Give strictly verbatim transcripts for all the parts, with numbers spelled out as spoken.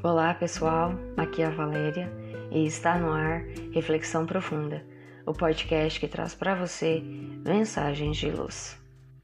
Olá pessoal, aqui é a Valéria e está no ar Reflexão Profunda, o podcast que traz para você mensagens de luz.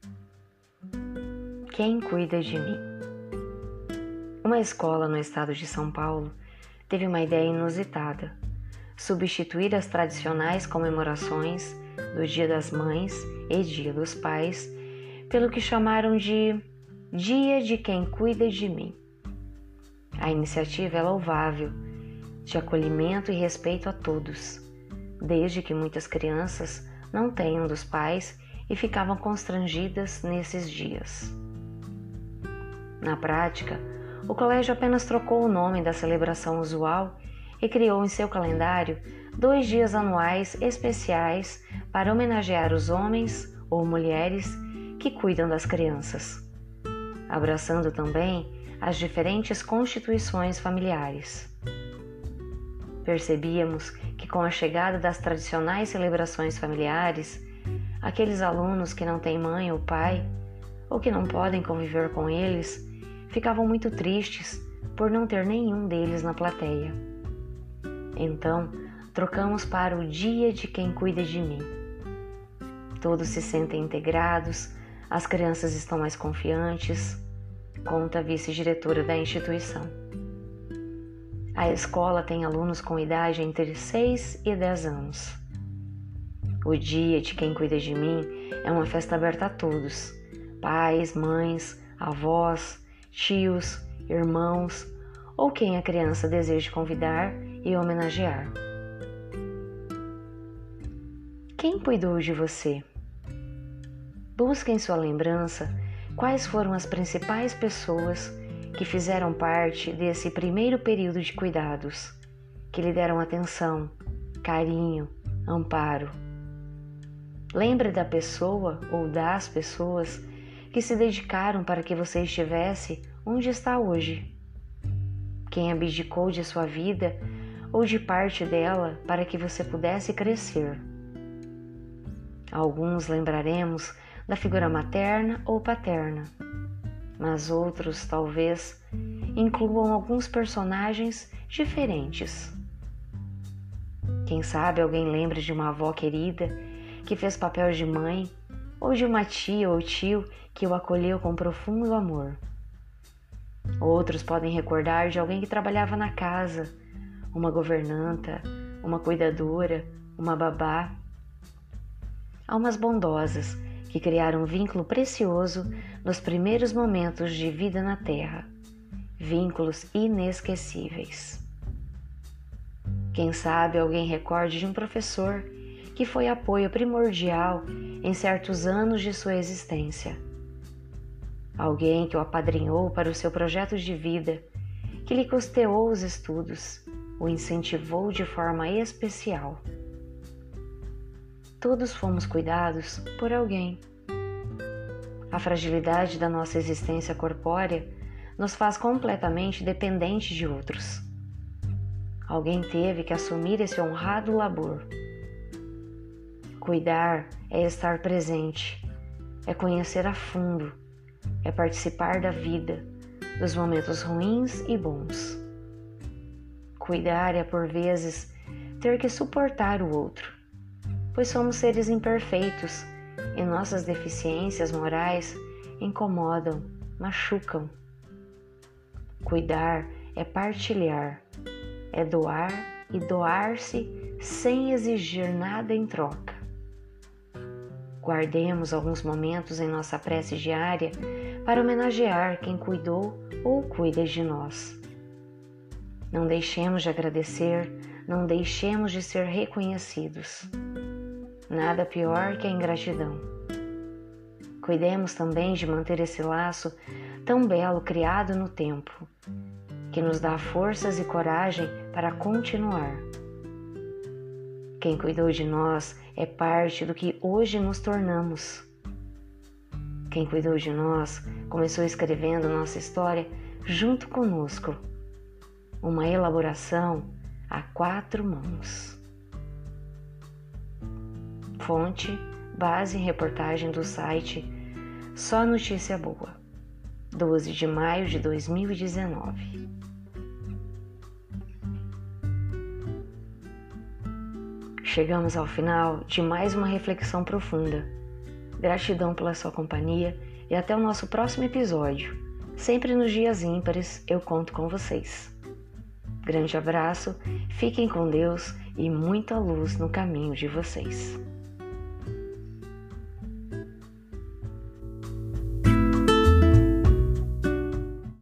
Quem cuida de mim? Uma escola no estado de São Paulo teve uma ideia inusitada: substituir as tradicionais comemorações do Dia das Mães e Dia dos Pais pelo que chamaram de Dia de Quem Cuida de Mim. A iniciativa é louvável, de acolhimento e respeito a todos, desde que muitas crianças não tenham dos pais e ficavam constrangidas nesses dias. Na prática, o colégio apenas trocou o nome da celebração usual e criou em seu calendário dois dias anuais especiais para homenagear os homens ou mulheres que cuidam das crianças, abraçando também as diferentes constituições familiares. Percebíamos que com a chegada das tradicionais celebrações familiares, aqueles alunos que não têm mãe ou pai, ou que não podem conviver com eles, ficavam muito tristes por não ter nenhum deles na plateia. Então, trocamos para o Dia de Quem Cuida de Mim. Todos se sentem integrados, as crianças estão mais confiantes, conta a vice-diretora da instituição. A escola tem alunos com idade entre seis e dez anos. O Dia de Quem Cuida de Mim é uma festa aberta a todos: pais, mães, avós, tios, irmãos ou quem a criança deseja convidar e homenagear. Quem cuidou de você? Busque em sua lembrança quais foram as principais pessoas que fizeram parte desse primeiro período de cuidados, que lhe deram atenção, carinho, amparo. Lembre da pessoa ou das pessoas que se dedicaram para que você estivesse onde está hoje. Quem abdicou de sua vida ou de parte dela para que você pudesse crescer. Alguns lembraremos da figura materna ou paterna, mas outros talvez incluam alguns personagens diferentes. Quem sabe alguém lembre de uma avó querida que fez papel de mãe, ou de uma tia ou tio que o acolheu com profundo amor. Outros podem recordar de alguém que trabalhava na casa, uma governanta, uma cuidadora, uma babá. Almas bondosas que criaram um vínculo precioso nos primeiros momentos de vida na Terra, vínculos inesquecíveis. Quem sabe alguém recorde de um professor que foi apoio primordial em certos anos de sua existência. Alguém que o apadrinhou para o seu projeto de vida, que lhe custeou os estudos, o incentivou de forma especial. Todos fomos cuidados por alguém. A fragilidade da nossa existência corpórea nos faz completamente dependentes de outros. Alguém teve que assumir esse honrado labor. Cuidar é estar presente, é conhecer a fundo, é participar da vida, dos momentos ruins e bons. Cuidar é, por vezes, ter que suportar o outro, pois somos seres imperfeitos e nossas deficiências morais incomodam, machucam. Cuidar é partilhar, é doar e doar-se sem exigir nada em troca. Guardemos alguns momentos em nossa prece diária para homenagear quem cuidou ou cuida de nós. Não deixemos de agradecer, não deixemos de ser reconhecidos. Nada pior que a ingratidão. Cuidemos também de manter esse laço tão belo criado no tempo, que nos dá forças e coragem para continuar. Quem cuidou de nós é parte do que hoje nos tornamos. Quem cuidou de nós começou escrevendo nossa história junto conosco, uma elaboração a quatro mãos. Fonte, base em reportagem do site Só Notícia Boa, doze de maio de dois mil e dezenove. Chegamos ao final de mais uma reflexão profunda. Gratidão pela sua companhia e até o nosso próximo episódio. Sempre nos dias ímpares eu conto com vocês. Grande abraço, fiquem com Deus e muita luz no caminho de vocês.